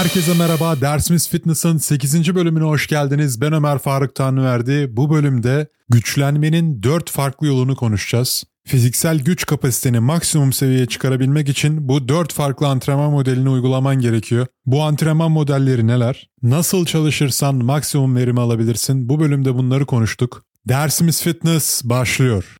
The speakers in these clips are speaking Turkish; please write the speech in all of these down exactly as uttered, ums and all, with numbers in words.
Herkese merhaba. Dersimiz Fitness'ın sekizinci bölümüne hoş geldiniz. Ben Ömer Faruk Tanrıverdi. Bu bölümde güçlenmenin dört farklı yolunu konuşacağız. Fiziksel güç kapasiteni maksimum seviyeye çıkarabilmek için bu dört farklı antrenman modelini uygulaman gerekiyor. Bu antrenman modelleri neler? Nasıl çalışırsan maksimum verimi alabilirsin? Bu bölümde bunları konuştuk. Dersimiz Fitness başlıyor.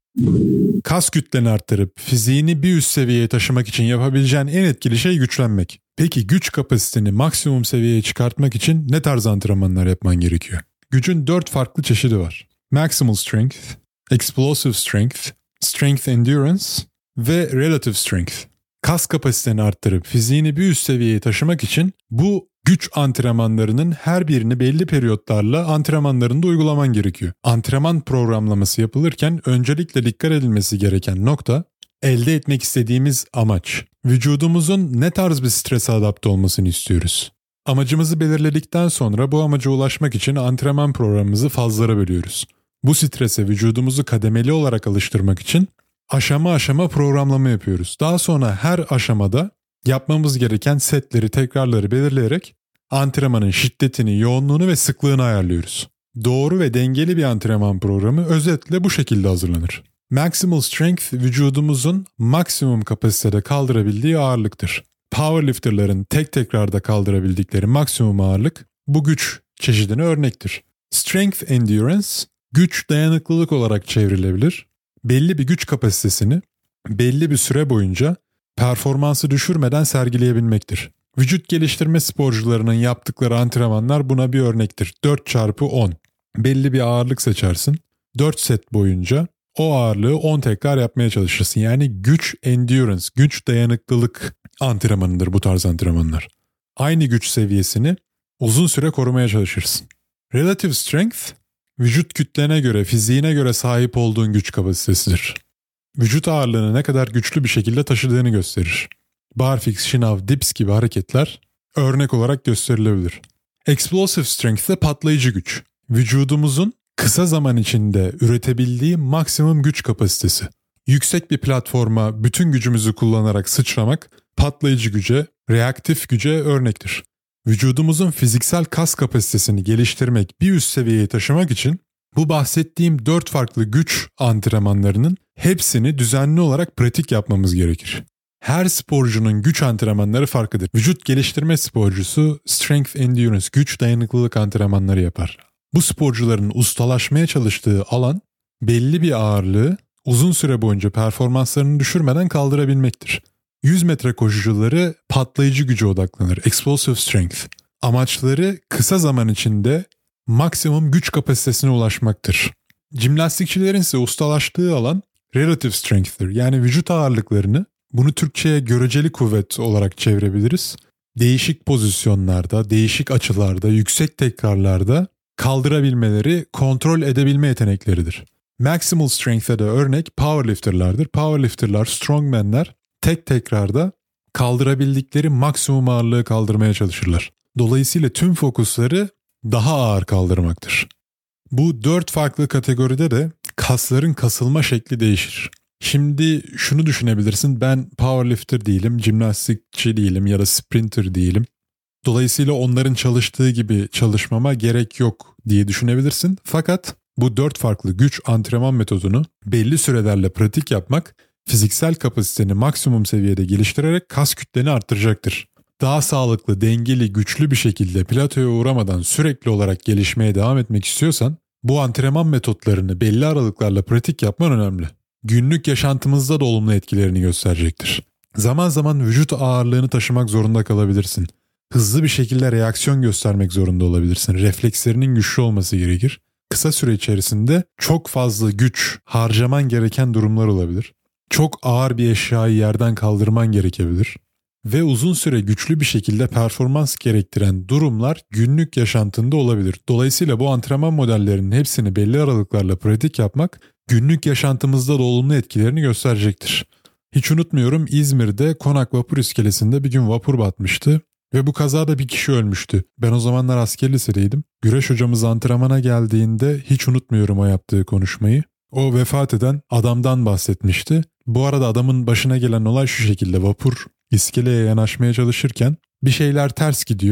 Kas kütleni arttırıp fiziğini bir üst seviyeye taşımak için yapabileceğin en etkili şey güçlenmek. Peki güç kapasiteni maksimum seviyeye çıkartmak için ne tarz antrenmanlar yapman gerekiyor? Gücün dört farklı çeşidi var. Maximal Strength, Explosive Strength, Strength Endurance ve Relative Strength. Kas kapasiteni arttırıp fiziğini bir üst seviyeye taşımak için bu güç antrenmanlarının her birini belli periyotlarla antrenmanlarında uygulaman gerekiyor. Antrenman programlaması yapılırken öncelikle dikkat edilmesi gereken nokta elde etmek istediğimiz amaç. Vücudumuzun ne tarz bir strese adapte olmasını istiyoruz? Amacımızı belirledikten sonra bu amaca ulaşmak için antrenman programımızı fazlara bölüyoruz. Bu strese vücudumuzu kademeli olarak alıştırmak için aşama aşama programlama yapıyoruz. Daha sonra her aşamada yapmamız gereken setleri, tekrarları belirleyerek antrenmanın şiddetini, yoğunluğunu ve sıklığını ayarlıyoruz. Doğru ve dengeli bir antrenman programı özetle bu şekilde hazırlanır. Maximal Strength vücudumuzun maksimum kapasitede kaldırabildiği ağırlıktır. Powerlifterların tek tekrarda kaldırabildikleri maksimum ağırlık bu güç çeşidine örnektir. Strength Endurance, güç dayanıklılık olarak çevrilebilir. Belli bir güç kapasitesini belli bir süre boyunca performansı düşürmeden sergileyebilmektir. Vücut geliştirme sporcularının yaptıkları antrenmanlar buna bir örnektir. dört çarpı on. Belli bir ağırlık seçersin. dört set boyunca o ağırlığı on tekrar yapmaya çalışırsın. Yani güç endurance, güç dayanıklılık antrenmanıdır bu tarz antrenmanlar. Aynı güç seviyesini uzun süre korumaya çalışırsın. Relative Strength, vücut kütlene göre, fiziğine göre sahip olduğun güç kapasitesidir. Vücut ağırlığını ne kadar güçlü bir şekilde taşıdığını gösterir. Barfix, şınav, dips gibi hareketler örnek olarak gösterilebilir. Explosive Strength de patlayıcı güç. Vücudumuzun kısa zaman içinde üretebildiği maksimum güç kapasitesi. Yüksek bir platforma bütün gücümüzü kullanarak sıçramak patlayıcı güce, reaktif güce örnektir. Vücudumuzun fiziksel kas kapasitesini geliştirmek, bir üst seviyeye taşımak için bu bahsettiğim dört farklı güç antrenmanlarının hepsini düzenli olarak pratik yapmamız gerekir. Her sporcunun güç antrenmanları farklıdır. Vücut geliştirme sporcusu Strength Endurance, güç dayanıklılık antrenmanları yapar. Bu sporcuların ustalaşmaya çalıştığı alan belli bir ağırlığı uzun süre boyunca performanslarını düşürmeden kaldırabilmektir. yüz metre koşucuları patlayıcı güce odaklanır. Explosive Strength. Amaçları kısa zaman içinde maksimum güç kapasitesine ulaşmaktır. Jimnastikçilerin ise ustalaştığı alan Relative Strength'tir. Yani vücut ağırlıklarını, bunu Türkçe'ye göreceli kuvvet olarak çevirebiliriz. Değişik pozisyonlarda, değişik açılarda, yüksek tekrarlarda kaldırabilmeleri, kontrol edebilme yetenekleridir. Maximal Strength'e de örnek powerlifterlardır. Powerlifterlar, strongmanler tek tekrarda kaldırabildikleri maksimum ağırlığı kaldırmaya çalışırlar. Dolayısıyla tüm fokusları daha ağır kaldırmaktır. Bu dört farklı kategoride de kasların kasılma şekli değişir. Şimdi şunu düşünebilirsin, ben powerlifter değilim, jimnastikçi değilim ya da sprinter değilim. Dolayısıyla onların çalıştığı gibi çalışmama gerek yok diye düşünebilirsin. Fakat bu dört farklı güç antrenman metodunu belli sürelerle pratik yapmak fiziksel kapasiteni maksimum seviyede geliştirerek kas kütleni arttıracaktır. Daha sağlıklı, dengeli, güçlü bir şekilde platoya uğramadan sürekli olarak gelişmeye devam etmek istiyorsan bu antrenman metotlarını belli aralıklarla pratik yapman önemli. Günlük yaşantımızda da olumlu etkilerini gösterecektir. Zaman zaman vücut ağırlığını taşımak zorunda kalabilirsin. Hızlı bir şekilde reaksiyon göstermek zorunda olabilirsin. Reflekslerinin güçlü olması gerekir. Kısa süre içerisinde çok fazla güç harcaman gereken durumlar olabilir. Çok ağır bir eşyayı yerden kaldırman gerekebilir. Ve uzun süre güçlü bir şekilde performans gerektiren durumlar günlük yaşantında olabilir. Dolayısıyla bu antrenman modellerinin hepsini belli aralıklarla pratik yapmak günlük yaşantımızda da olumlu etkilerini gösterecektir. Hiç unutmuyorum, İzmir'de Konak Vapur İskelesi'nde bir gün vapur batmıştı ve bu kazada bir kişi ölmüştü. Ben o zamanlar asker lisedeydim. Güreş hocamız antrenmana geldiğinde hiç unutmuyorum o yaptığı konuşmayı. O vefat eden adamdan bahsetmişti. Bu arada adamın başına gelen olay şu şekilde: vapur iskeleye yanaşmaya çalışırken bir şeyler ters gidiyor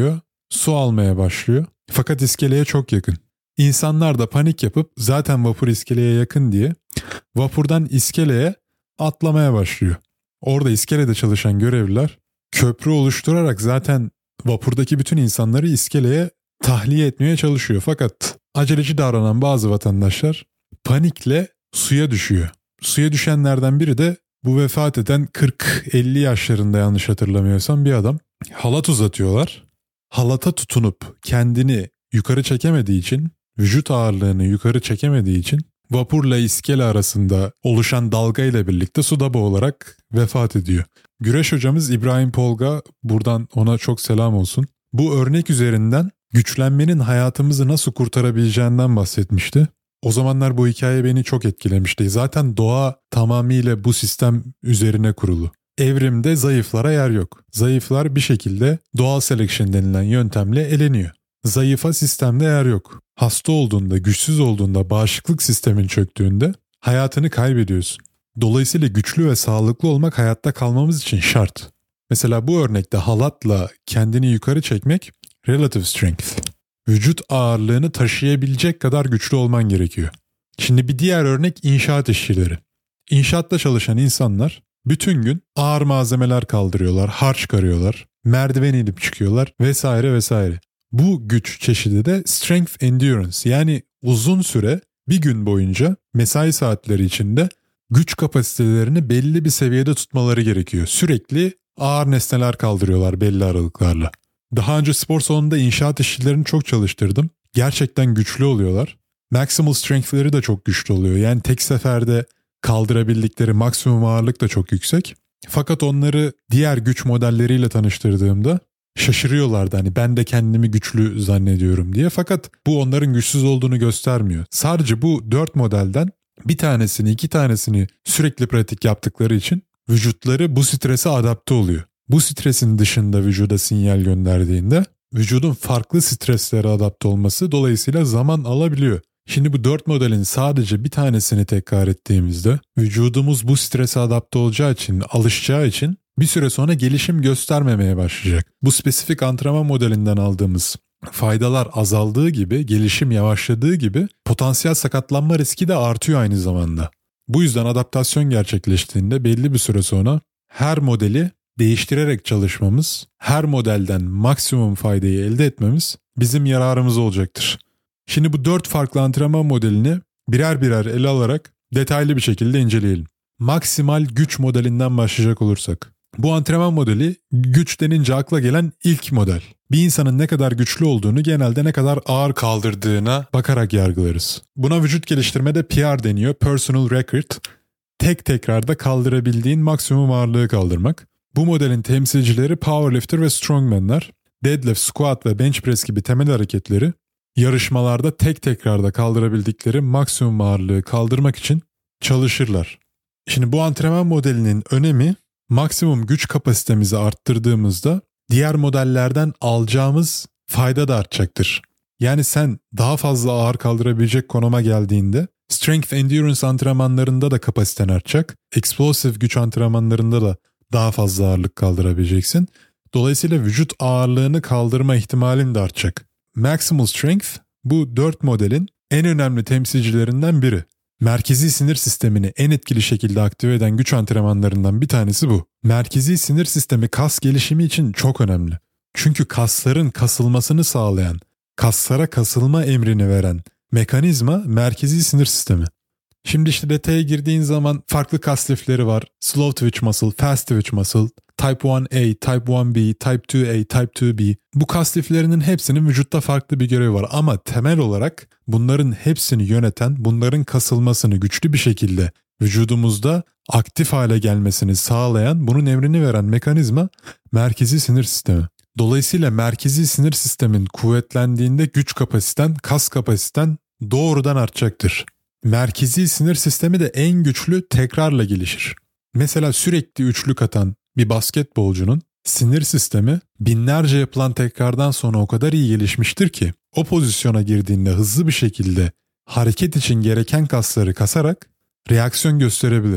su almaya başlıyor. Fakat iskeleye çok yakın. İnsanlar da panik yapıp zaten vapur iskeleye yakın diye vapurdan iskeleye atlamaya başlıyor. Orada iskelede çalışan görevliler köprü oluşturarak zaten vapurdaki bütün insanları iskeleye tahliye etmeye çalışıyor. Fakat aceleci davranan bazı vatandaşlar panikle suya düşüyor. Suya düşenlerden biri de bu vefat eden kırk elli yaşlarında yanlış hatırlamıyorsam bir adam. Halat uzatıyorlar. Halata tutunup kendini yukarı çekemediği için, vücut ağırlığını yukarı çekemediği için vapurla iskele arasında oluşan dalga ile birlikte suda boğularak vefat ediyor. Güreş hocamız İbrahim Polga, buradan ona çok selam olsun. Bu örnek üzerinden güçlenmenin hayatımızı nasıl kurtarabileceğinden bahsetmişti. O zamanlar bu hikaye beni çok etkilemişti. Zaten doğa tamamıyla bu sistem üzerine kurulu. Evrimde zayıflara yer yok. Zayıflar bir şekilde doğal selection denilen yöntemle eleniyor. Zayıfa sistemde yer yok. Hasta olduğunda, güçsüz olduğunda, bağışıklık sistemin çöktüğünde hayatını kaybediyorsun. Dolayısıyla güçlü ve sağlıklı olmak hayatta kalmamız için şart. Mesela bu örnekte halatla kendini yukarı çekmek relative strength. Vücut ağırlığını taşıyabilecek kadar güçlü olman gerekiyor. Şimdi bir diğer örnek inşaat işçileri. İnşaatta çalışan insanlar bütün gün ağır malzemeler kaldırıyorlar, harç karıyorlar, merdiven inip çıkıyorlar vesaire vesaire. Bu güç çeşidi de strength endurance, yani uzun süre bir gün boyunca mesai saatleri içinde güç kapasitelerini belli bir seviyede tutmaları gerekiyor. Sürekli ağır nesneler kaldırıyorlar belli aralıklarla. Daha önce spor salonunda inşaat işçilerini çok çalıştırdım. Gerçekten güçlü oluyorlar. Maximal strength'leri de çok güçlü oluyor. Yani tek seferde kaldırabildikleri maksimum ağırlık da çok yüksek. Fakat onları diğer güç modelleriyle tanıştırdığımda şaşırıyorlardı. Hani ben de kendimi güçlü zannediyorum diye. Fakat bu onların güçsüz olduğunu göstermiyor. Sadece bu dört modelden bir tanesini, iki tanesini sürekli pratik yaptıkları için vücutları bu strese adapte oluyor. Bu stresin dışında vücuda sinyal gönderdiğinde vücudun farklı streslere adapte olması dolayısıyla zaman alabiliyor. Şimdi bu dört modelin sadece bir tanesini tekrar ettiğimizde vücudumuz bu strese adapte olacağı için, alışacağı için bir süre sonra gelişim göstermemeye başlayacak. Bu spesifik antrenman modelinden aldığımız faydalar azaldığı gibi, gelişim yavaşladığı gibi potansiyel sakatlanma riski de artıyor aynı zamanda. Bu yüzden adaptasyon gerçekleştiğinde belli bir süre sonra her modeli değiştirerek çalışmamız, her modelden maksimum faydayı elde etmemiz bizim yararımız olacaktır. Şimdi bu dört farklı antrenman modelini birer birer ele alarak detaylı bir şekilde inceleyelim. Maksimal güç modelinden başlayacak olursak. Bu antrenman modeli güç denince akla gelen ilk model. Bir insanın ne kadar güçlü olduğunu genelde ne kadar ağır kaldırdığına bakarak yargılarız. Buna vücut geliştirmede P R deniyor, Personal Record. Tek tekrarda kaldırabildiğin maksimum ağırlığı kaldırmak. Bu modelin temsilcileri powerlifter ve strongman'lar. Deadlift, squat ve bench press gibi temel hareketleri yarışmalarda tek tekrarda kaldırabildikleri maksimum ağırlığı kaldırmak için çalışırlar. Şimdi bu antrenman modelinin önemi maksimum güç kapasitemizi arttırdığımızda diğer modellerden alacağımız fayda da artacaktır. Yani sen daha fazla ağır kaldırabilecek konuma geldiğinde strength endurance antrenmanlarında da kapasiten artacak. Explosive güç antrenmanlarında da daha fazla ağırlık kaldırabileceksin. Dolayısıyla vücut ağırlığını kaldırma ihtimalin de artacak. Maximal Strength bu dört modelin en önemli temsilcilerinden biri. Merkezi sinir sistemini en etkili şekilde aktive eden güç antrenmanlarından bir tanesi bu. Merkezi sinir sistemi kas gelişimi için çok önemli. Çünkü kasların kasılmasını sağlayan, kaslara kasılma emrini veren mekanizma merkezi sinir sistemi. Şimdi işte detaya girdiğin zaman farklı kas lifleri var. Slow twitch muscle, fast twitch muscle, Type bir A, Type bir B, Type iki A, Type iki B. Bu kas liflerinin hepsinin vücutta farklı bir görevi var. Ama temel olarak bunların hepsini yöneten, bunların kasılmasını güçlü bir şekilde vücudumuzda aktif hale gelmesini sağlayan, bunun emrini veren mekanizma merkezi sinir sistemi. Dolayısıyla merkezi sinir sistemin kuvvetlendiğinde güç kapasiten, kas kapasiten doğrudan artacaktır. Merkezi sinir sistemi de en güçlü tekrarla gelişir. Mesela sürekli üçlük atan bir basketbolcunun sinir sistemi binlerce yapılan tekrardan sonra o kadar iyi gelişmiştir ki o pozisyona girdiğinde hızlı bir şekilde hareket için gereken kasları kasarak reaksiyon gösterebilir.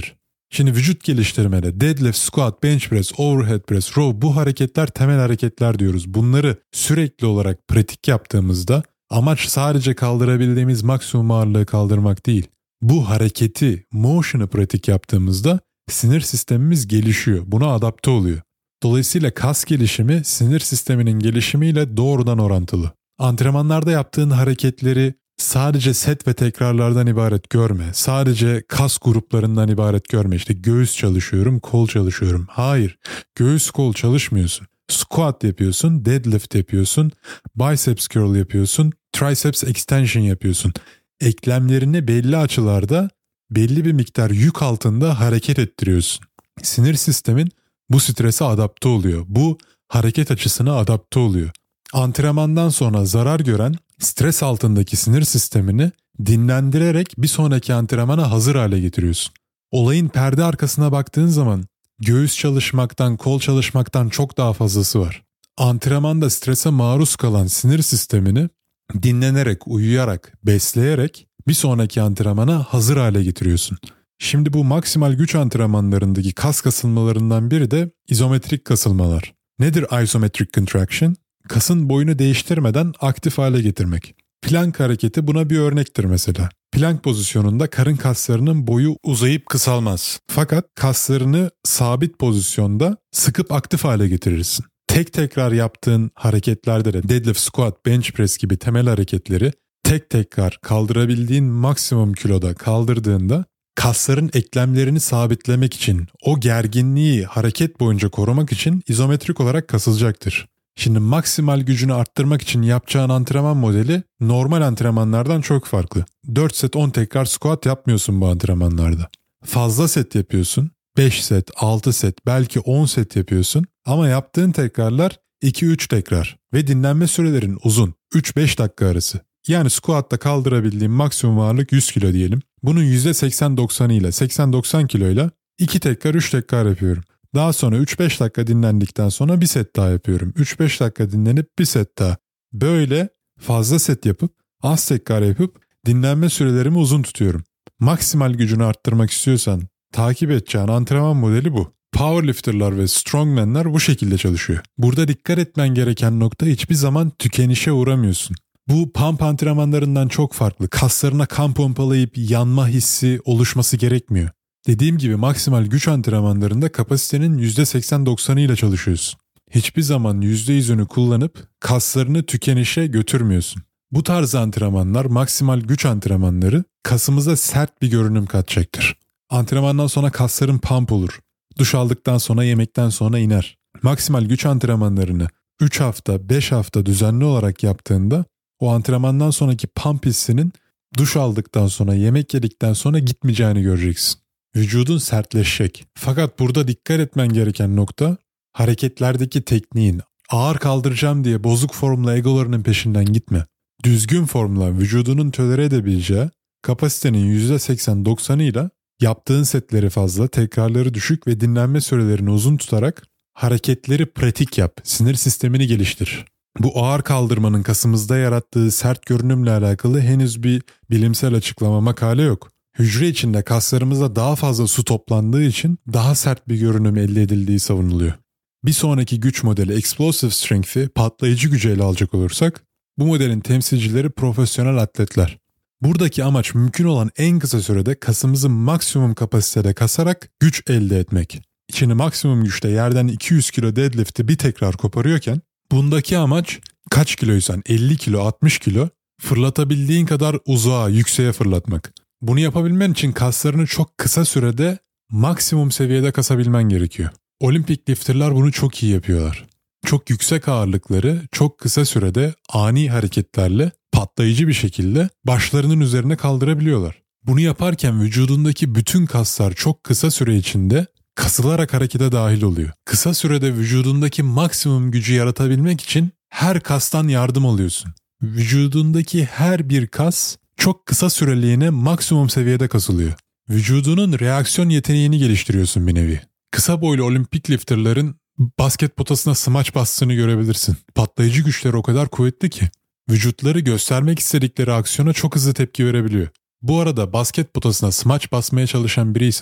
Şimdi vücut geliştirmede deadlift, squat, bench press, overhead press, row bu hareketler temel hareketler diyoruz. Bunları sürekli olarak pratik yaptığımızda amaç sadece kaldırabildiğimiz maksimum ağırlığı kaldırmak değil. Bu hareketi, motion'ı pratik yaptığımızda sinir sistemimiz gelişiyor. Buna adapte oluyor. Dolayısıyla kas gelişimi sinir sisteminin gelişimiyle doğrudan orantılı. Antrenmanlarda yaptığın hareketleri sadece set ve tekrarlardan ibaret görme. Sadece kas gruplarından ibaret görme. İşte göğüs çalışıyorum, kol çalışıyorum. Hayır, göğüs kol çalışmıyorsun. Squat yapıyorsun, deadlift yapıyorsun, biceps curl yapıyorsun, triceps extension yapıyorsun. Eklemlerini belli açılarda, belli bir miktar yük altında hareket ettiriyorsun. Sinir sistemin bu strese adapte oluyor. Bu hareket açısına adapte oluyor. Antrenmandan sonra zarar gören stres altındaki sinir sistemini dinlendirerek bir sonraki antrenmana hazır hale getiriyorsun. Olayın perde arkasına baktığın zaman göğüs çalışmaktan, kol çalışmaktan çok daha fazlası var. Antrenmanda strese maruz kalan sinir sistemini dinlenerek, uyuyarak, besleyerek bir sonraki antrenmana hazır hale getiriyorsun. Şimdi bu maksimal güç antrenmanlarındaki kas kasılmalarından biri de izometrik kasılmalar. Nedir isometric contraction? Kasın boyunu değiştirmeden aktif hale getirmek. Plank hareketi buna bir örnektir mesela. Plank pozisyonunda karın kaslarının boyu uzayıp kısalmaz. Fakat kaslarını sabit pozisyonda sıkıp aktif hale getirirsin. Tek tekrar yaptığın hareketlerde de deadlift, squat, bench press gibi temel hareketleri tek tekrar kaldırabildiğin maksimum kiloda kaldırdığında kasların eklemlerini sabitlemek için, o gerginliği hareket boyunca korumak için izometrik olarak kasılacaktır. Şimdi maksimal gücünü arttırmak için yapacağın antrenman modeli normal antrenmanlardan çok farklı. dört set on tekrar squat yapmıyorsun bu antrenmanlarda. Fazla set yapıyorsun. beş set, altı set, belki on set yapıyorsun. Ama yaptığın tekrarlar iki üç tekrar ve dinlenme sürelerin uzun. üç beş dakika arası. Yani squat'ta kaldırabildiğim maksimum ağırlık yüz kilo diyelim. Bunun yüzde seksen doksanı ile seksen doksan kiloyla iki tekrar üç tekrar yapıyorum. Daha sonra üç beş dakika dinlendikten sonra bir set daha yapıyorum. üç beş dakika dinlenip bir set daha. Böyle fazla set yapıp az tekrar yapıp dinlenme sürelerimi uzun tutuyorum. Maksimal gücünü arttırmak istiyorsan takip edeceğin antrenman modeli bu. Powerlifter'lar ve strongman'lar bu şekilde çalışıyor. Burada dikkat etmen gereken nokta hiçbir zaman tükenişe uğramıyorsun. Bu pump antrenmanlarından çok farklı. Kaslarına kan pompalayıp yanma hissi oluşması gerekmiyor. Dediğim gibi maksimal güç antrenmanlarında kapasitenin yüzde seksen doksanı ile çalışıyorsun. Hiçbir zaman yüzde yüzünü kullanıp kaslarını tükenişe götürmüyorsun. Bu tarz antrenmanlar, maksimal güç antrenmanları kasımıza sert bir görünüm katacaktır. Antrenmandan sonra kasların pump olur. Duş aldıktan sonra, yemekten sonra iner. Maksimal güç antrenmanlarını üç hafta, beş hafta düzenli olarak yaptığında o antrenmandan sonraki pump hissinin duş aldıktan sonra, yemek yedikten sonra gitmeyeceğini göreceksin. Vücudun sertleşecek. Fakat burada dikkat etmen gereken nokta hareketlerdeki tekniğin. Ağır kaldıracağım diye bozuk formla egolarının peşinden gitme. Düzgün formla vücudunun tolere edebileceği kapasitenin yüzde seksen doksanıyla yaptığın setleri fazla, tekrarları düşük ve dinlenme sürelerini uzun tutarak hareketleri pratik yap. Sinir sistemini geliştir. Bu ağır kaldırmanın kasımızda yarattığı sert görünümle alakalı henüz bir bilimsel açıklama, makale yok. Hücre içinde kaslarımızda daha fazla su toplandığı için daha sert bir görünüm elde edildiği savunuluyor. Bir sonraki güç modeli Explosive Strength'i, patlayıcı gücü ele alacak olursak, bu modelin temsilcileri profesyonel atletler. Buradaki amaç mümkün olan en kısa sürede kasımızı maksimum kapasitede kasarak güç elde etmek. İçini maksimum güçte yerden iki yüz kilo deadlift'i bir tekrar koparıyorken, bundaki amaç kaç kiloysan elli kilo, altmış kilo fırlatabildiğin kadar uzağa, yükseğe fırlatmak. Bunu yapabilmen için kaslarını çok kısa sürede maksimum seviyede kasabilmen gerekiyor. Olimpik lifterlar bunu çok iyi yapıyorlar. Çok yüksek ağırlıkları çok kısa sürede ani hareketlerle patlayıcı bir şekilde başlarının üzerine kaldırabiliyorlar. Bunu yaparken vücudundaki bütün kaslar çok kısa süre içinde kasılarak harekete dahil oluyor. Kısa sürede vücudundaki maksimum gücü yaratabilmek için her kastan yardım alıyorsun. Vücudundaki her bir kas çok kısa süreliğine maksimum seviyede kasılıyor. Vücudunun reaksiyon yeteneğini geliştiriyorsun bir nevi. Kısa boylu olimpik lifterların basket potasına smaç bastığını görebilirsin. Patlayıcı güçleri o kadar kuvvetli ki vücutları göstermek istedikleri aksiyona çok hızlı tepki verebiliyor. Bu arada basket potasına smaç basmaya çalışan biriysen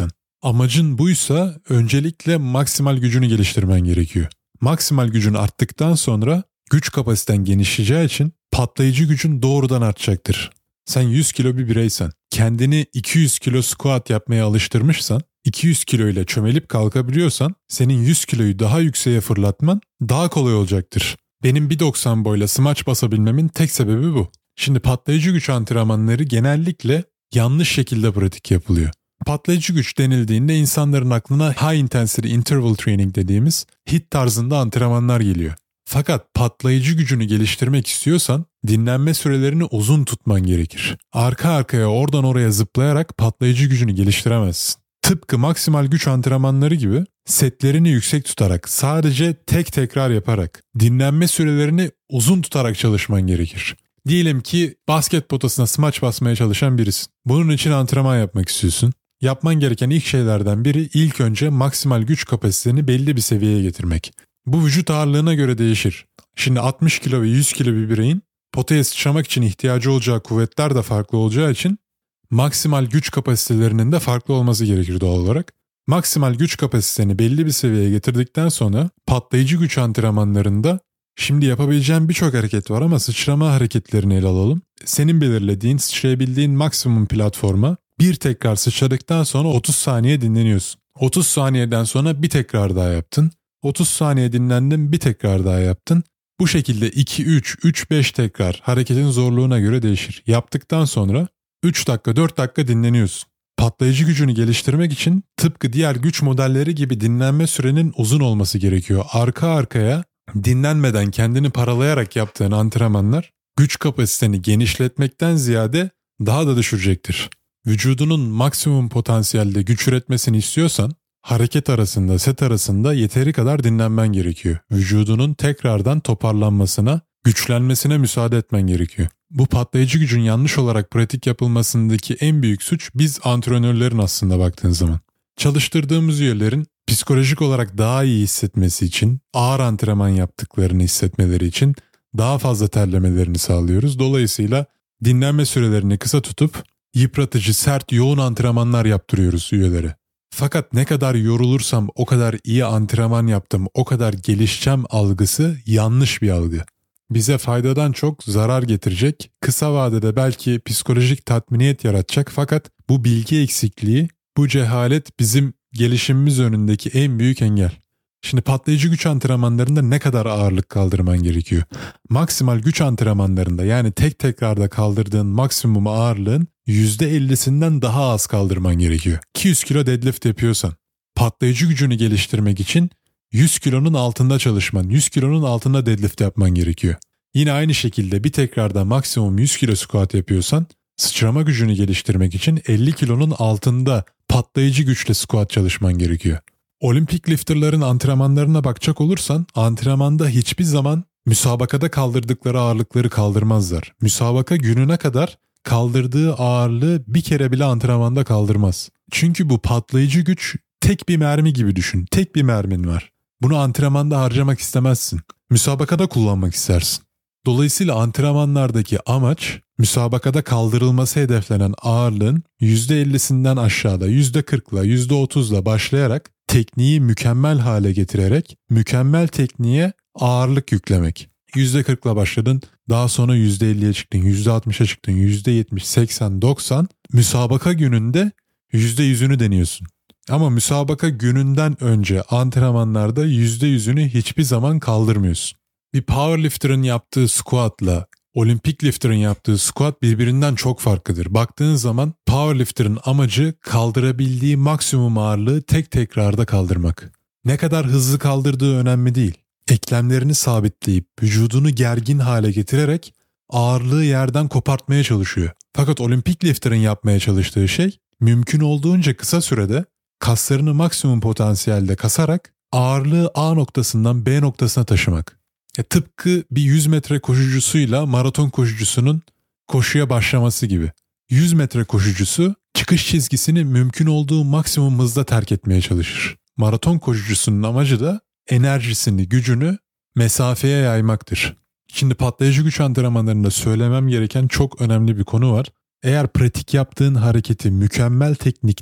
Amacın buysa öncelikle maksimal gücünü geliştirmen gerekiyor. Maksimal gücün arttıktan sonra güç kapasiten genişleyeceği için patlayıcı gücün doğrudan artacaktır. Sen yüz kilo bir bireysen, kendini iki yüz kilo squat yapmaya alıştırmışsan, iki yüz kilo ile çömelip kalkabiliyorsan senin yüz kiloyu daha yükseğe fırlatman daha kolay olacaktır. Benim bir doksan boyla smaç basabilmemin tek sebebi bu. Şimdi patlayıcı güç antrenmanları genellikle yanlış şekilde pratik yapılıyor. Patlayıcı güç denildiğinde insanların aklına high intensity interval training dediğimiz HIIT tarzında antrenmanlar geliyor. Fakat patlayıcı gücünü geliştirmek istiyorsan dinlenme sürelerini uzun tutman gerekir. Arka arkaya oradan oraya zıplayarak patlayıcı gücünü geliştiremezsin. Tıpkı maksimal güç antrenmanları gibi setlerini yüksek tutarak, sadece tek tekrar yaparak, dinlenme sürelerini uzun tutarak çalışman gerekir. Diyelim ki basket potasına smaç basmaya çalışan birisin. Bunun için antrenman yapmak istiyorsun. Yapman gereken ilk şeylerden biri ilk önce maksimal güç kapasiteni belli bir seviyeye getirmek. Bu vücut ağırlığına göre değişir. Şimdi altmış kilo ve yüz kilo bir bireyin potaya sıçramak için ihtiyacı olacağı kuvvetler de farklı olacağı için maksimal güç kapasitelerinin de farklı olması gerekir doğal olarak. Maksimal güç kapasiteni belli bir seviyeye getirdikten sonra patlayıcı güç antrenmanlarında şimdi yapabileceğin birçok hareket var ama sıçrama hareketlerini ele alalım. Senin belirlediğin, sıçrayabildiğin maksimum platforma bir tekrar sıçradıktan sonra otuz saniye dinleniyorsun. otuz saniyeden sonra bir tekrar daha yaptın. otuz saniye dinlendin, bir tekrar daha yaptın. Bu şekilde iki üç, üç beş tekrar hareketin zorluğuna göre değişir. Yaptıktan sonra üç dakika, dört dakika dinleniyorsun. Patlayıcı gücünü geliştirmek için tıpkı diğer güç modelleri gibi dinlenme sürenin uzun olması gerekiyor. Arka arkaya dinlenmeden kendini paralayarak yaptığın antrenmanlar güç kapasiteni genişletmekten ziyade daha da düşürecektir. Vücudunun maksimum potansiyelde güç üretmesini istiyorsan hareket arasında, set arasında yeteri kadar dinlenmen gerekiyor. Vücudunun tekrardan toparlanmasına, güçlenmesine müsaade etmen gerekiyor. Bu patlayıcı gücün yanlış olarak pratik yapılmasındaki en büyük suç biz antrenörlerin aslında baktığın zaman. Çalıştırdığımız üyelerin psikolojik olarak daha iyi hissetmesi için, ağır antrenman yaptıklarını hissetmeleri için daha fazla terlemelerini sağlıyoruz. Dolayısıyla dinlenme sürelerini kısa tutup yıpratıcı, sert, yoğun antrenmanlar yaptırıyoruz üyelere. Fakat ne kadar yorulursam o kadar iyi antrenman yaptım, o kadar gelişeceğim algısı yanlış bir algı. Bize faydadan çok zarar getirecek, kısa vadede belki psikolojik tatminiyet yaratacak fakat bu bilgi eksikliği, bu cehalet bizim gelişimimiz önündeki en büyük engel. Şimdi patlayıcı güç antrenmanlarında ne kadar ağırlık kaldırman gerekiyor? Maksimal güç antrenmanlarında yani tek tekrarda kaldırdığın maksimum ağırlığın yüzde ellisinden daha az kaldırman gerekiyor. iki yüz kilo deadlift yapıyorsan patlayıcı gücünü geliştirmek için yüz kilonun altında çalışman, yüz kilonun altında deadlift yapman gerekiyor. Yine aynı şekilde bir tekrarda maksimum yüz kilo squat yapıyorsan sıçrama gücünü geliştirmek için elli kilonun altında patlayıcı güçle squat çalışman gerekiyor. Olimpik lifterların antrenmanlarına bakacak olursan antrenmanda hiçbir zaman müsabakada kaldırdıkları ağırlıkları kaldırmazlar. Müsabaka gününe kadar kaldırdığı ağırlığı bir kere bile antrenmanda kaldırmaz. Çünkü bu patlayıcı güç tek bir mermi gibi düşün. Tek bir mermin var. Bunu antrenmanda harcamak istemezsin. Müsabakada kullanmak istersin. Dolayısıyla antrenmanlardaki amaç müsabakada kaldırılması hedeflenen ağırlığın yüzde ellisinden aşağıda yüzde kırkla yüzde otuzla başlayarak tekniği mükemmel hale getirerek mükemmel tekniğe ağırlık yüklemek. yüzde kırkla başladın, daha sonra yüzde elliye çıktın, yüzde altmışa çıktın, yüzde yetmiş, seksen, doksan. Müsabaka gününde yüzde yüzünü deniyorsun. Ama müsabaka gününden önce antrenmanlarda yüzde yüzünü hiçbir zaman kaldırmıyorsun. Bir powerlifter'ın yaptığı squat'la olimpik lifter'ın yaptığı squat birbirinden çok farklıdır. Baktığın zaman powerlifter'ın amacı kaldırabildiği maksimum ağırlığı tek tekrarda kaldırmak. Ne kadar hızlı kaldırdığı önemli değil. Eklemlerini sabitleyip vücudunu gergin hale getirerek ağırlığı yerden kopartmaya çalışıyor. Fakat olimpik lifter'ın yapmaya çalıştığı şey mümkün olduğunca kısa sürede kaslarını maksimum potansiyelde kasarak ağırlığı A noktasından B noktasına taşımak. E, tıpkı bir yüz metre koşucusuyla maraton koşucusunun koşuya başlaması gibi. yüz metre koşucusu çıkış çizgisini mümkün olduğu maksimum hızda terk etmeye çalışır. Maraton koşucusunun amacı da enerjisini, gücünü mesafeye yaymaktır. Şimdi patlayıcı güç antrenmanlarında söylemem gereken çok önemli bir konu var. Eğer pratik yaptığın hareketi mükemmel teknikle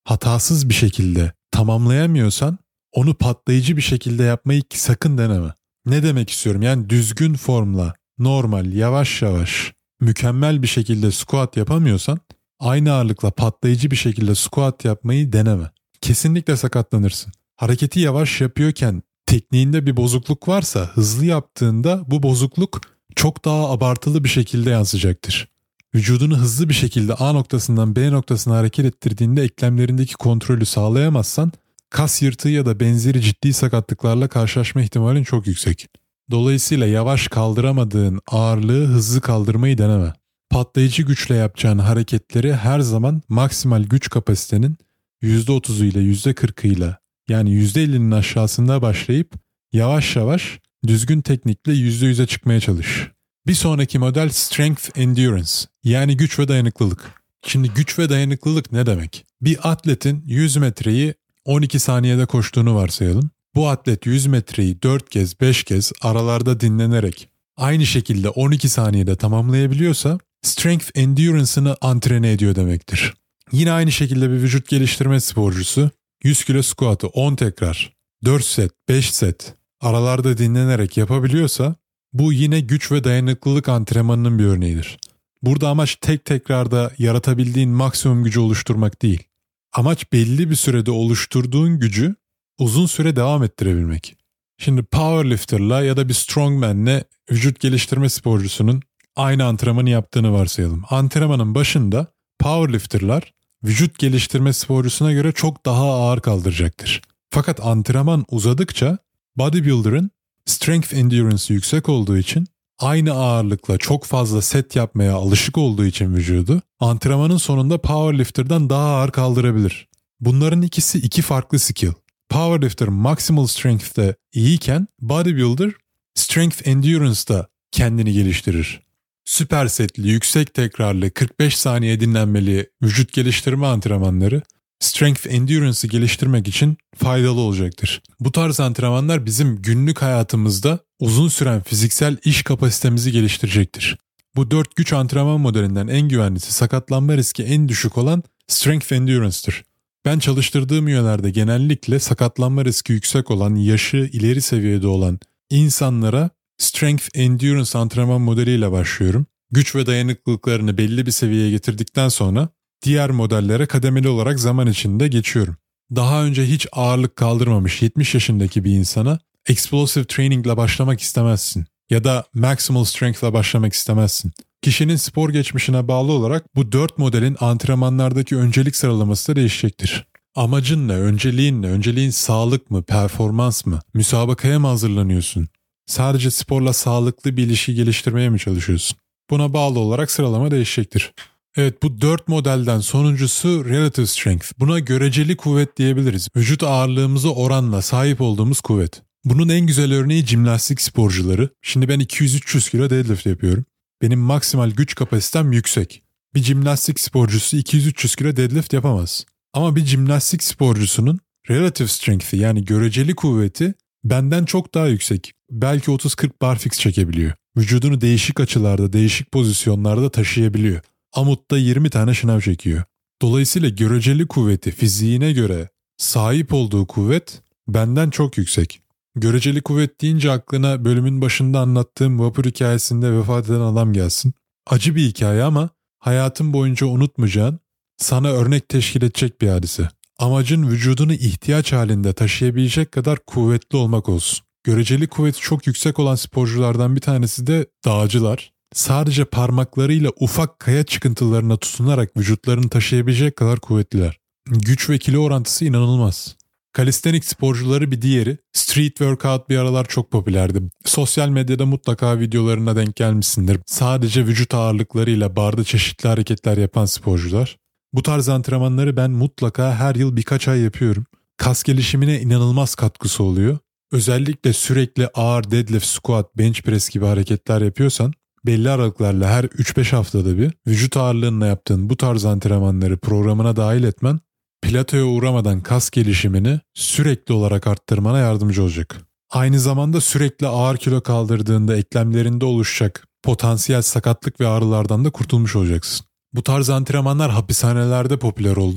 hatasız bir şekilde tamamlayamıyorsan onu patlayıcı bir şekilde yapmayı sakın deneme. Ne demek istiyorum? Yani düzgün formla, normal, yavaş yavaş, mükemmel bir şekilde squat yapamıyorsan aynı ağırlıkla patlayıcı bir şekilde squat yapmayı deneme. Kesinlikle sakatlanırsın. Hareketi yavaş yapıyorken tekniğinde bir bozukluk varsa hızlı yaptığında bu bozukluk çok daha abartılı bir şekilde yansıyacaktır. Vücudunu hızlı bir şekilde A noktasından B noktasına hareket ettirdiğinde eklemlerindeki kontrolü sağlayamazsan kas yırtığı ya da benzeri ciddi sakatlıklarla karşılaşma ihtimalin çok yüksek. Dolayısıyla yavaş kaldıramadığın ağırlığı hızlı kaldırmayı deneme. Patlayıcı güçle yapacağın hareketleri her zaman maksimal güç kapasitenin yüzde otuzuyla ile yüzde kırkıyla yani yüzde ellinin aşağısında başlayıp yavaş yavaş düzgün teknikle yüzde yüze çıkmaya çalış. Bir sonraki model Strength Endurance yani güç ve dayanıklılık. Şimdi güç ve dayanıklılık ne demek? Bir atletin yüz metreyi on iki saniyede koştuğunu varsayalım. Bu atlet yüz metreyi dört kez beş kez aralarda dinlenerek aynı şekilde on iki saniyede tamamlayabiliyorsa Strength Endurance'ını antrene ediyor demektir. Yine aynı şekilde bir vücut geliştirme sporcusu yüz kilo squat'ı on tekrar, dört set, beş set aralarda dinlenerek yapabiliyorsa bu yine güç ve dayanıklılık antrenmanının bir örneğidir. Burada amaç tek tekrarda yaratabildiğin maksimum gücü oluşturmak değil. Amaç belli bir sürede oluşturduğun gücü uzun süre devam ettirebilmek. Şimdi powerlifter'la ya da bir strongman'le vücut geliştirme sporcusunun aynı antrenmanı yaptığını varsayalım. Antrenmanın başında powerlifter'lar vücut geliştirme sporcusuna göre çok daha ağır kaldıracaktır. Fakat antrenman uzadıkça bodybuilder'ın strength endurance'ı yüksek olduğu için aynı ağırlıkla çok fazla set yapmaya alışık olduğu için vücudu antrenmanın sonunda powerlifter'dan daha ağır kaldırabilir. Bunların ikisi iki farklı skill. Powerlifter maximal strength'te iyiyken bodybuilder strength endurance'da kendini geliştirir. Süper setli, yüksek tekrarlı, kırk beş saniye dinlenmeli vücut geliştirme antrenmanları strength endurance'ı geliştirmek için faydalı olacaktır. Bu tarz antrenmanlar bizim günlük hayatımızda uzun süren fiziksel iş kapasitemizi geliştirecektir. Bu dört güç antrenman modelinden en güvenlisi, sakatlanma riski en düşük olan strength endurance'tır. Ben çalıştırdığım üyelerde genellikle sakatlanma riski yüksek olan, yaşı ileri seviyede olan insanlara strength endurance antrenman modeliyle başlıyorum. Güç ve dayanıklılıklarını belli bir seviyeye getirdikten sonra diğer modellere kademeli olarak zaman içinde geçiyorum. Daha önce hiç ağırlık kaldırmamış yetmiş yaşındaki bir insana explosive training ile başlamak istemezsin. Ya da maximal strength ile başlamak istemezsin. Kişinin spor geçmişine bağlı olarak bu dört modelin antrenmanlardaki öncelik sıralaması da değişecektir. Amacın ne? Önceliğin ne? Önceliğin sağlık mı? Performans mı? Müsabakaya mı hazırlanıyorsun? Sadece sporla sağlıklı bir ilişki geliştirmeye mi çalışıyorsun? Buna bağlı olarak sıralama değişecektir. Evet, bu dört modelden sonuncusu relative strength. Buna göreceli kuvvet diyebiliriz. Vücut ağırlığımıza oranla sahip olduğumuz kuvvet. Bunun en güzel örneği jimnastik sporcuları. Şimdi ben iki yüz üç yüz kilo deadlift yapıyorum. Benim maksimal güç kapasitem yüksek. Bir jimnastik sporcusu iki yüz üç yüz kilo deadlift yapamaz. Ama bir jimnastik sporcusunun relative strength'i yani göreceli kuvveti benden çok daha yüksek. Belki otuz kırk barfix çekebiliyor. Vücudunu değişik açılarda, değişik pozisyonlarda taşıyabiliyor. Amutta yirmi tane şınav çekiyor. Dolayısıyla göreceli kuvveti, fiziğine göre sahip olduğu kuvvet benden çok yüksek. Göreceli kuvvet deyince aklına bölümün başında anlattığım vapur hikayesinde vefat eden adam gelsin. Acı bir hikaye ama hayatın boyunca unutmayacağın, sana örnek teşkil edecek bir hadise. Amacın vücudunu ihtiyaç halinde taşıyabilecek kadar kuvvetli olmak olsun. Göreceli kuvveti çok yüksek olan sporculardan bir tanesi de dağcılar. Sadece parmaklarıyla ufak kaya çıkıntılarına tutunarak vücutlarını taşıyabilecek kadar kuvvetliler. Güç ve kilo orantısı inanılmaz. Kalistenik sporcuları bir diğeri. Street workout bir aralar çok popülerdi. Sosyal medyada mutlaka videolarına denk gelmişsindir. Sadece vücut ağırlıklarıyla barda çeşitli hareketler yapan sporcular. Bu tarz antrenmanları ben mutlaka her yıl birkaç ay yapıyorum. Kas gelişimine inanılmaz katkısı oluyor. Özellikle sürekli ağır deadlift, squat, bench press gibi hareketler yapıyorsan belli aralıklarla her üç beş haftada bir vücut ağırlığınla yaptığın bu tarz antrenmanları programına dahil etmen platoya uğramadan kas gelişimini sürekli olarak arttırmana yardımcı olacak. Aynı zamanda sürekli ağır kilo kaldırdığında eklemlerinde oluşacak potansiyel sakatlık ve ağrılardan da kurtulmuş olacaksın. Bu tarz antrenmanlar hapishanelerde popüler oldu.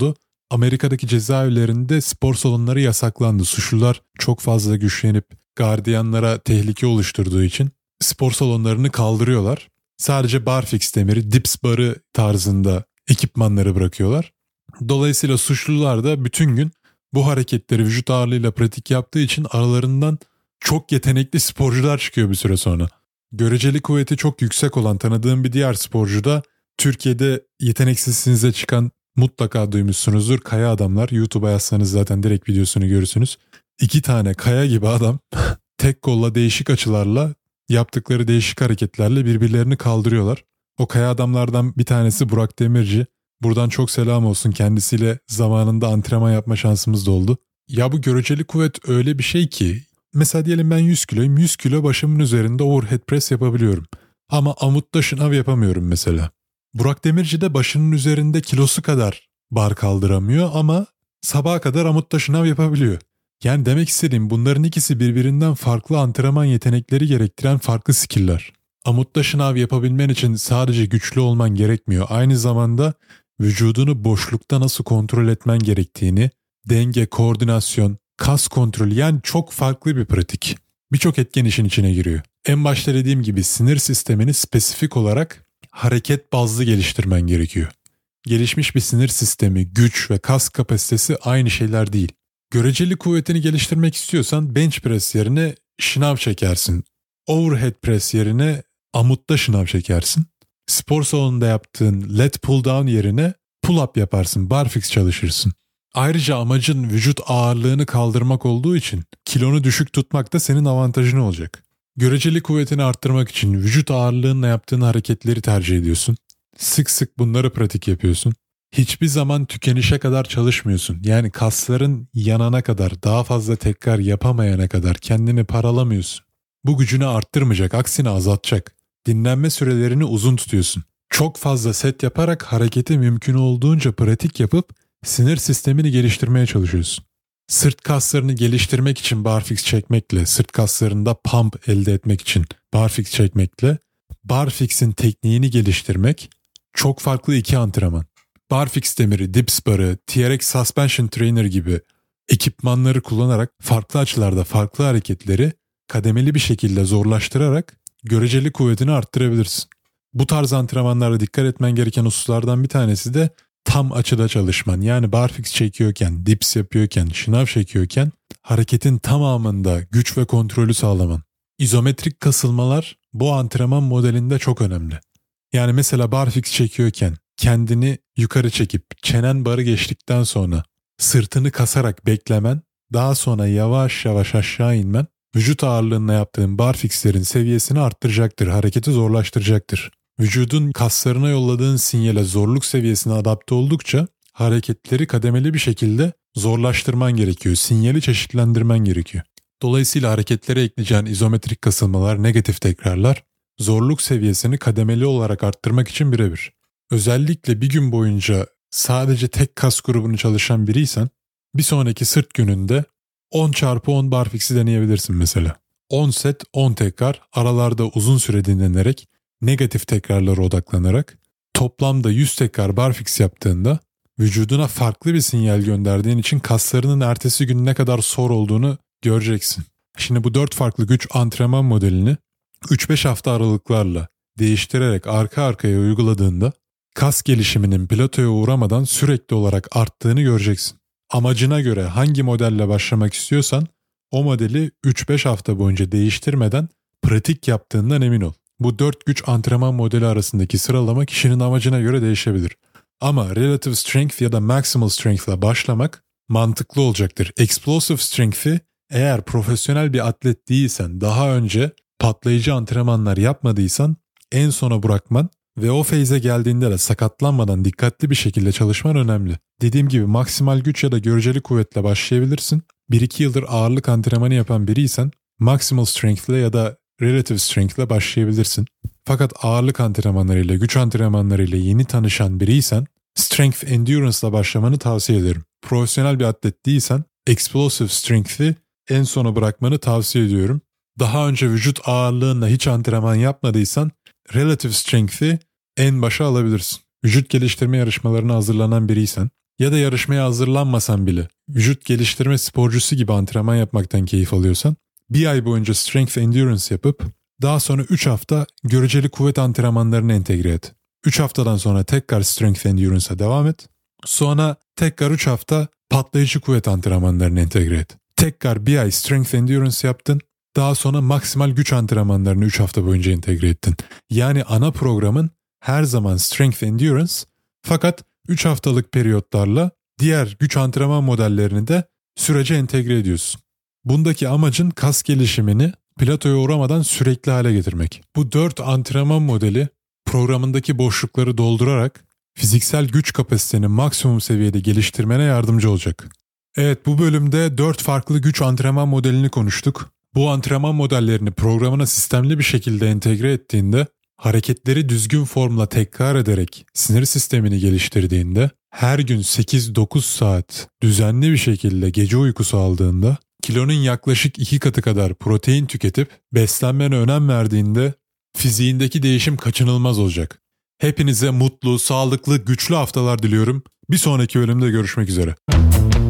Amerika'daki cezaevlerinde spor salonları yasaklandı. Suçlular çok fazla güçlenip gardiyanlara tehlike oluşturduğu için spor salonlarını kaldırıyorlar. Sadece barfix demiri, dips barı tarzında ekipmanları bırakıyorlar. Dolayısıyla suçlular da bütün gün bu hareketleri vücut ağırlığıyla pratik yaptığı için aralarından çok yetenekli sporcular çıkıyor bir süre sonra. Göreceli kuvveti çok yüksek olan tanıdığım bir diğer sporcu da Türkiye'de yeteneksizsinize çıkan, mutlaka duymuşsunuzdur, Kaya Adamlar. YouTube'a yazsanız zaten direkt videosunu görürsünüz. İki tane kaya gibi adam tek kolla değişik açılarla yaptıkları değişik hareketlerle birbirlerini kaldırıyorlar. O Kaya Adamlardan bir tanesi Burak Demirci. Buradan çok selam olsun, kendisiyle zamanında antrenman yapma şansımız da oldu. Ya bu göreceli kuvvet öyle bir şey ki, mesela diyelim ben yüz kiloyum, yüz kilo başımın üzerinde overhead press yapabiliyorum. Ama amutta şınav yapamıyorum mesela. Burak Demirci de başının üzerinde kilosu kadar bar kaldıramıyor ama sabaha kadar amutta şınav yapabiliyor. Yani demek istediğim, bunların ikisi birbirinden farklı antrenman yetenekleri gerektiren farklı skill'ler. Amutta şınav yapabilmen için sadece güçlü olman gerekmiyor. Aynı zamanda vücudunu boşlukta nasıl kontrol etmen gerektiğini, denge, koordinasyon, kas kontrolü, yani çok farklı bir pratik. Birçok etken işin içine giriyor. En başta dediğim gibi sinir sistemini spesifik olarak hareket bazlı geliştirmen gerekiyor. Gelişmiş bir sinir sistemi, güç ve kas kapasitesi aynı şeyler değil. Göreceli kuvvetini geliştirmek istiyorsan bench press yerine şınav çekersin. Overhead press yerine amutta şınav çekersin. Spor salonunda yaptığın lat pull down yerine pull up yaparsın, barfix çalışırsın. Ayrıca amacın vücut ağırlığını kaldırmak olduğu için kilonu düşük tutmak da senin avantajın olacak. Göreceli kuvvetini arttırmak için vücut ağırlığınla yaptığın hareketleri tercih ediyorsun. Sık sık bunları pratik yapıyorsun. Hiçbir zaman tükenişe kadar çalışmıyorsun. Yani kasların yanana kadar, daha fazla tekrar yapamayana kadar kendini paralamıyorsun. Bu gücünü arttırmayacak, aksine azaltacak. Dinlenme sürelerini uzun tutuyorsun. Çok fazla set yaparak hareketi mümkün olduğunca pratik yapıp sinir sistemini geliştirmeye çalışıyorsun. Sırt kaslarını geliştirmek için barfix çekmekle, sırt kaslarında pump elde etmek için barfix çekmekle, barfix'in tekniğini geliştirmek çok farklı iki antrenman. Barfix demiri, dips barı, T R X suspension trainer gibi ekipmanları kullanarak farklı açılarda farklı hareketleri kademeli bir şekilde zorlaştırarak göreceli kuvvetini arttırabilirsin. Bu tarz antrenmanlarda dikkat etmen gereken hususlardan bir tanesi de tam açıda çalışman. Yani barfix çekiyorken, dips yapıyorken, şınav çekiyorken hareketin tamamında güç ve kontrolü sağlaman. İzometrik kasılmalar bu antrenman modelinde çok önemli. Yani mesela barfix çekiyorken kendini yukarı çekip çenen barı geçtikten sonra sırtını kasarak beklemen, daha sonra yavaş yavaş aşağı inmen, vücut ağırlığına yaptığın barfixlerin seviyesini arttıracaktır, hareketi zorlaştıracaktır. Vücudun kaslarına yolladığın sinyale zorluk seviyesine adapte oldukça hareketleri kademeli bir şekilde zorlaştırman gerekiyor. Sinyali çeşitlendirmen gerekiyor. Dolayısıyla hareketlere ekleyeceğin izometrik kasılmalar, negatif tekrarlar zorluk seviyesini kademeli olarak arttırmak için birebir. Özellikle bir gün boyunca sadece tek kas grubunu çalışan biriysen bir sonraki sırt gününde on çarpı on barfix'i deneyebilirsin mesela. on set, on tekrar, aralarda uzun süre dinlenerek, negatif tekrarlara odaklanarak toplamda yüz tekrar barfix yaptığında vücuduna farklı bir sinyal gönderdiğin için kaslarının ertesi gün ne kadar sor olduğunu göreceksin. Şimdi bu dört farklı güç antrenman modelini üç beş hafta aralıklarla değiştirerek arka arkaya uyguladığında kas gelişiminin platoya uğramadan sürekli olarak arttığını göreceksin. Amacına göre hangi modelle başlamak istiyorsan o modeli üç beş hafta boyunca değiştirmeden pratik yaptığından emin ol. Bu dört güç antrenman modeli arasındaki sıralama kişinin amacına göre değişebilir. Ama relative strength ya da maximal strength ile başlamak mantıklı olacaktır. Explosive strength'i eğer profesyonel bir atlet değilsen, daha önce patlayıcı antrenmanlar yapmadıysan en sona bırakman ve o feyze geldiğinde de sakatlanmadan dikkatli bir şekilde çalışman önemli. Dediğim gibi maksimal güç ya da göreceli kuvvetle başlayabilirsin. bir iki yıldır ağırlık antrenmanı yapan biriysen maximal strength ile ya da relative strength ile başlayabilirsin. Fakat ağırlık antrenmanlarıyla, güç antrenmanlarıyla yeni tanışan biriysen strength endurance ile başlamanı tavsiye ederim. Profesyonel bir atlet değilsen explosive strength'i en sona bırakmanı tavsiye ediyorum. Daha önce vücut ağırlığınla hiç antrenman yapmadıysan relative strength'i en başa alabilirsin. Vücut geliştirme yarışmalarına hazırlanan biriysen, ya da yarışmaya hazırlanmasan bile vücut geliştirme sporcusu gibi antrenman yapmaktan keyif alıyorsan bir ay boyunca strength endurance yapıp daha sonra üç hafta göreceli kuvvet antrenmanlarını entegre et. üç haftadan sonra tekrar strength endurance'a devam et. Sonra tekrar üç hafta patlayıcı kuvvet antrenmanlarını entegre et. Tekrar bir ay strength endurance yaptın. Daha sonra maksimal güç antrenmanlarını üç hafta boyunca entegre ettin. Yani ana programın her zaman strength endurance, fakat üç haftalık periyotlarla diğer güç antrenman modellerini de sürece entegre ediyorsun. Bundaki amacın kas gelişimini platoya uğramadan sürekli hale getirmek. Bu dört antrenman modeli programındaki boşlukları doldurarak fiziksel güç kapasiteni maksimum seviyede geliştirmene yardımcı olacak. Evet, bu bölümde dört farklı güç antrenman modelini konuştuk. Bu antrenman modellerini programına sistemli bir şekilde entegre ettiğinde, hareketleri düzgün formla tekrar ederek sinir sistemini geliştirdiğinde, her gün sekiz dokuz saat düzenli bir şekilde gece uykusu aldığında, kilonun yaklaşık iki katı kadar protein tüketip beslenmene önem verdiğinde fiziğindeki değişim kaçınılmaz olacak. Hepinize mutlu, sağlıklı, güçlü haftalar diliyorum. Bir sonraki bölümde görüşmek üzere.